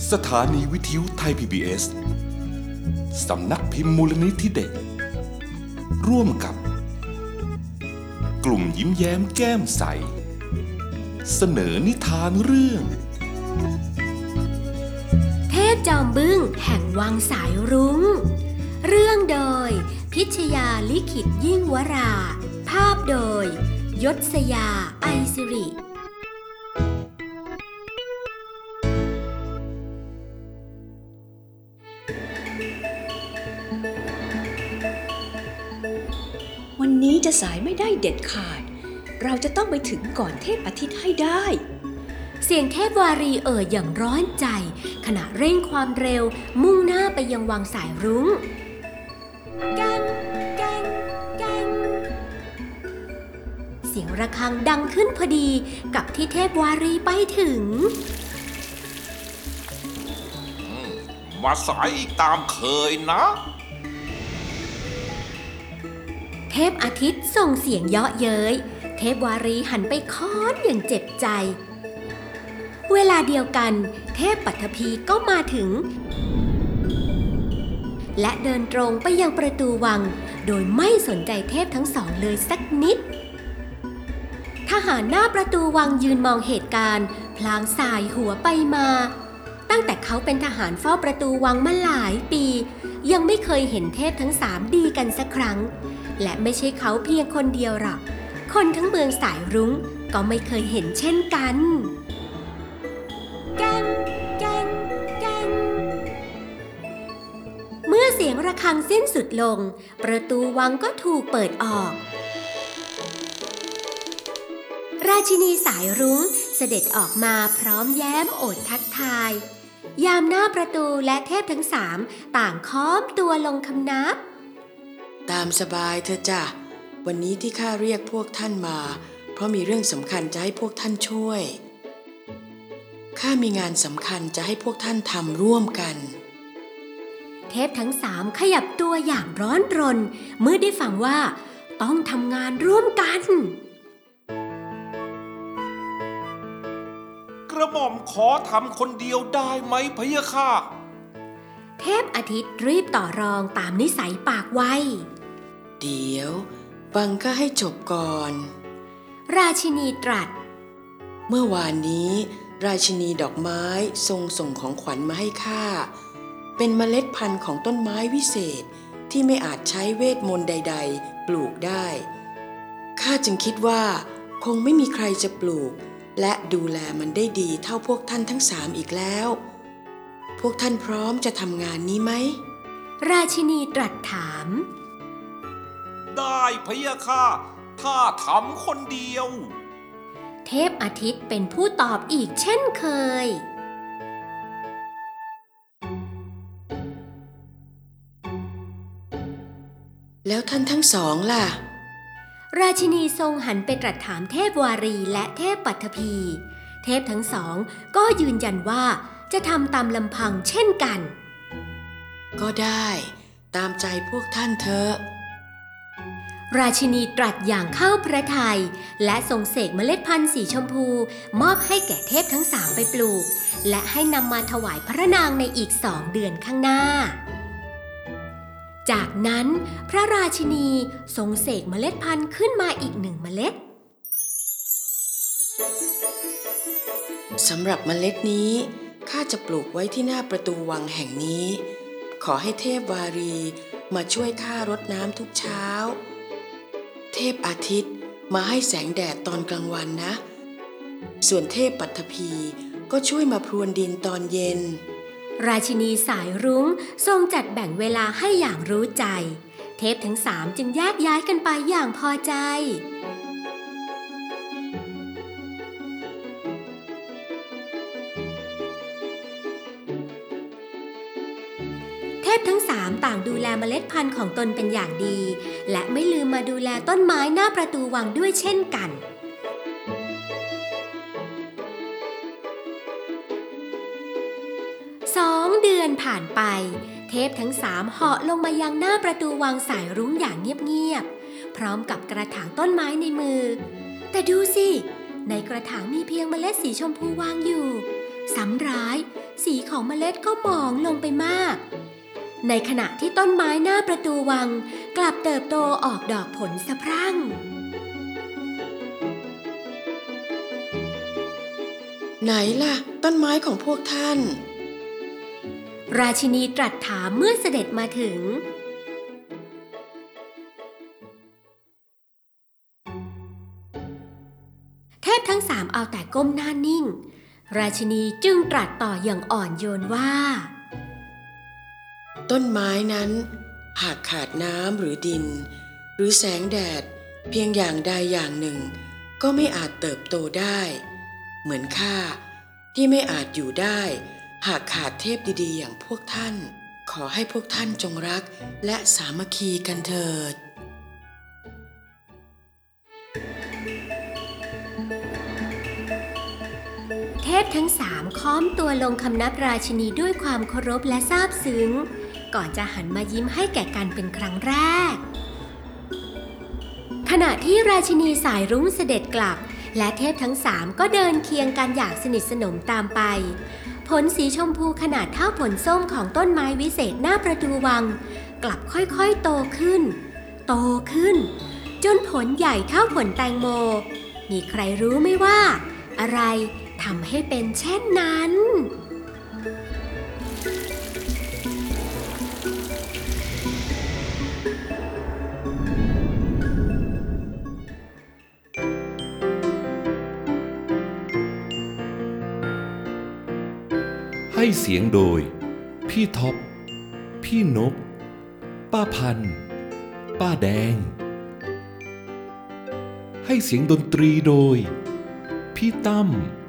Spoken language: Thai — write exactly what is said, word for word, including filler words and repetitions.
สถานีวิทยุไทย พี บี เอส สำนักพิมพ์มูลนิธิเด็กร่วมกับกลุ่มยิ้มแย้มแก้มใสเสนอนิทานเรื่องเทพจอมบึ้งแห่งวังสายรุ้งเรื่องโดยพิชยาลิขิตยิ่งวราภาพโดยยศยาไอสิริวันนี้จะสายไม่ได้เด็ดขาดเราจะต้องไปถึงก่อนเทพอาทิตย์ให้ได้เสียงเทพวารีเอ่ยอย่างร้อนใจขณะเร่งความเร็วมุ่งหน้าไปยังวังสายรุ้งแกงแกงแกงเสียงระฆังดังขึ้นพอดีกับที่เทพวารีไปถึงมาสายอีกตามเคยนะเทพอาทิตย์ส่งเสียงเยาะเย้ยเทพวารีหันไปค้อนอย่างเจ็บใจเวลาเดียวกันเทพปัทภีก็มาถึงและเดินตรงไปยังประตูวังโดยไม่สนใจเทพทั้งสองเลยสักนิดทหารหน้าประตูวังยืนมองเหตุการณ์พลางสายหัวไปมาตั้งแต่เขาเป็นทหารเฝ้าประตูวังมาหลายปียังไม่เคยเห็นเทพทั้งสามดีกันสักครั้งและไม่ใช่เขาเพียงคนเดียวหรอกคนทั้งเมืองสายรุ้งก็ไม่เคยเห็นเช่นกันแกงแกงแกงเมื่อเสียงระฆังสิ้นสุดลงประตูวังก็ถูกเปิดออกราชินีสายรุ้งเสด็จออกมาพร้อมแย้มโอษทักทายยามหน้าประตูและเทพทั้งสามต่างค้อมตัวลงคำนับตามสบายเถอะจ้ะวันนี้ที่ข้าเรียกพวกท่านมาเพราะมีเรื่องสำคัญจะให้พวกท่านช่วยข้ามีงานสำคัญจะให้พวกท่านทำร่วมกันเทพทั้งสามขยับตัวอย่างร้อนรนเมื่อได้ฟังว่าต้องทำงานร่วมกันกระหม่อมขอทำคนเดียวได้ไหมพะยะค่ะเทพอาทิตย์รีบต่อรองตามนิสัยปากไวเดี๋ยวฟังข้าให้จบก่อนราชินีตรัสเมื่อวานนี้ราชินีดอกไม้ทรงส่งของขวัญมาให้ข้าเป็นเมล็ดพันธุ์ของต้นไม้วิเศษที่ไม่อาจใช้เวทมนต์ใดๆปลูกได้ข้าจึงคิดว่าคงไม่มีใครจะปลูกและดูแลมันได้ดีเท่าพวกท่านทั้งสามอีกแล้วพวกท่านพร้อมจะทำงานนี้ไหมราชินีตรัสถามได้พะยะค่ะถ้าทำคนเดียวเทพอาทิตย์เป็นผู้ตอบอีกเช่นเคยแล้วท่านทั้งสองล่ะราชินีทรงหันไปตรัสถามเทพวารีและเทพปัทภีเทพทั้งสองก็ยืนยันว่าจะทำตามลำพังเช่นกันก็ได้ตามใจพวกท่านเถอะราชินีตรัสอย่างเข้าพระทัยและทรงเสกเมล็ดพันธุ์สีชมพูมอบให้แก่เทพทั้งสามไปปลูกและให้นำมาถวายพระนางในอีกสองเดือนข้างหน้าจากนั้นพระราชินีทรงเสกเมล็ดพันธุ์ขึ้นมาอีกหนึ่งเมล็ดสำหรับเมล็ดนี้ข้าจะปลูกไว้ที่หน้าประตูวังแห่งนี้ขอให้เทพวารีมาช่วยข้ารดน้ำทุกเช้าเทพอาทิตย์มาให้แสงแดดตอนกลางวันนะส่วนเทพปัทภีก็ช่วยมาพรวนดินตอนเย็นราชินีสายรุ้งทรงจัดแบ่งเวลาให้อย่างรู้ใจเทพทั้งสามจึงแยกย้ายกันไปอย่างพอใจเทพทั้งสามต่างดูแลเมล็ดพันธุ์ของตนเป็นอย่างดีและไม่ลืมมาดูแลต้นไม้หน้าประตูวังด้วยเช่นกันสองเดือนผ่านไปเทพทั้งสามเหาะลงมายังหน้าประตูวังสายรุ้งอย่างเงียบๆพร้อมกับกระถางต้นไม้ในมือแต่ดูสิในกระถางมีเพียงเมล็ดสีชมพูวางอยู่ซ้ำร้ายสีของเมล็ดก็หมองลงไปมากในขณะที่ต้นไม้หน้าประตูวังกลับเติบโตออกดอกผลสะพรั่งไหนล่ะต้นไม้ของพวกท่านราชินีตรัสถามเมื่อเสด็จมาถึงเทพทั้งสามเอาแต่ก้มหน้านิ่งราชินีจึงตรัสต่ออย่างอ่อนโยนว่าต้นไม้นั้นหากขาดน้ำหรือดินหรือแสงแดดเพียงอย่างใดอย่างหนึ่งก็ไม่อาจเติบโตได้เหมือนข้าที่ไม่อาจอยู่ได้หากขาดเทพดีๆอย่างพวกท่านขอให้พวกท่านจงรักและสามัคคีกันเถิดเทพทั้งสามค้อมตัวลงคำนับราชินีด้วยความเคารพและซาบซึ้งก่อนจะหันมายิ้มให้แก่กันเป็นครั้งแรกขณะที่ราชินีสายรุ้งเสด็จกลับและเทพทั้งสามก็เดินเคียงกันอย่างสนิทสนมตามไปผลสีชมพูขนาดเท่าผลส้มของต้นไม้วิเศษหน้าประตูวังกลับค่อยๆโตขึ้นโตขึ้นจนผลใหญ่เท่าผลแตงโมมีใครรู้ไหมว่าอะไรทำให้เป็นเช่นนั้นให้เสียงโดยพี่ท็อปพี่นกป้าพันป้าแดงให้เสียงดนตรีโดยพี่ตั้ม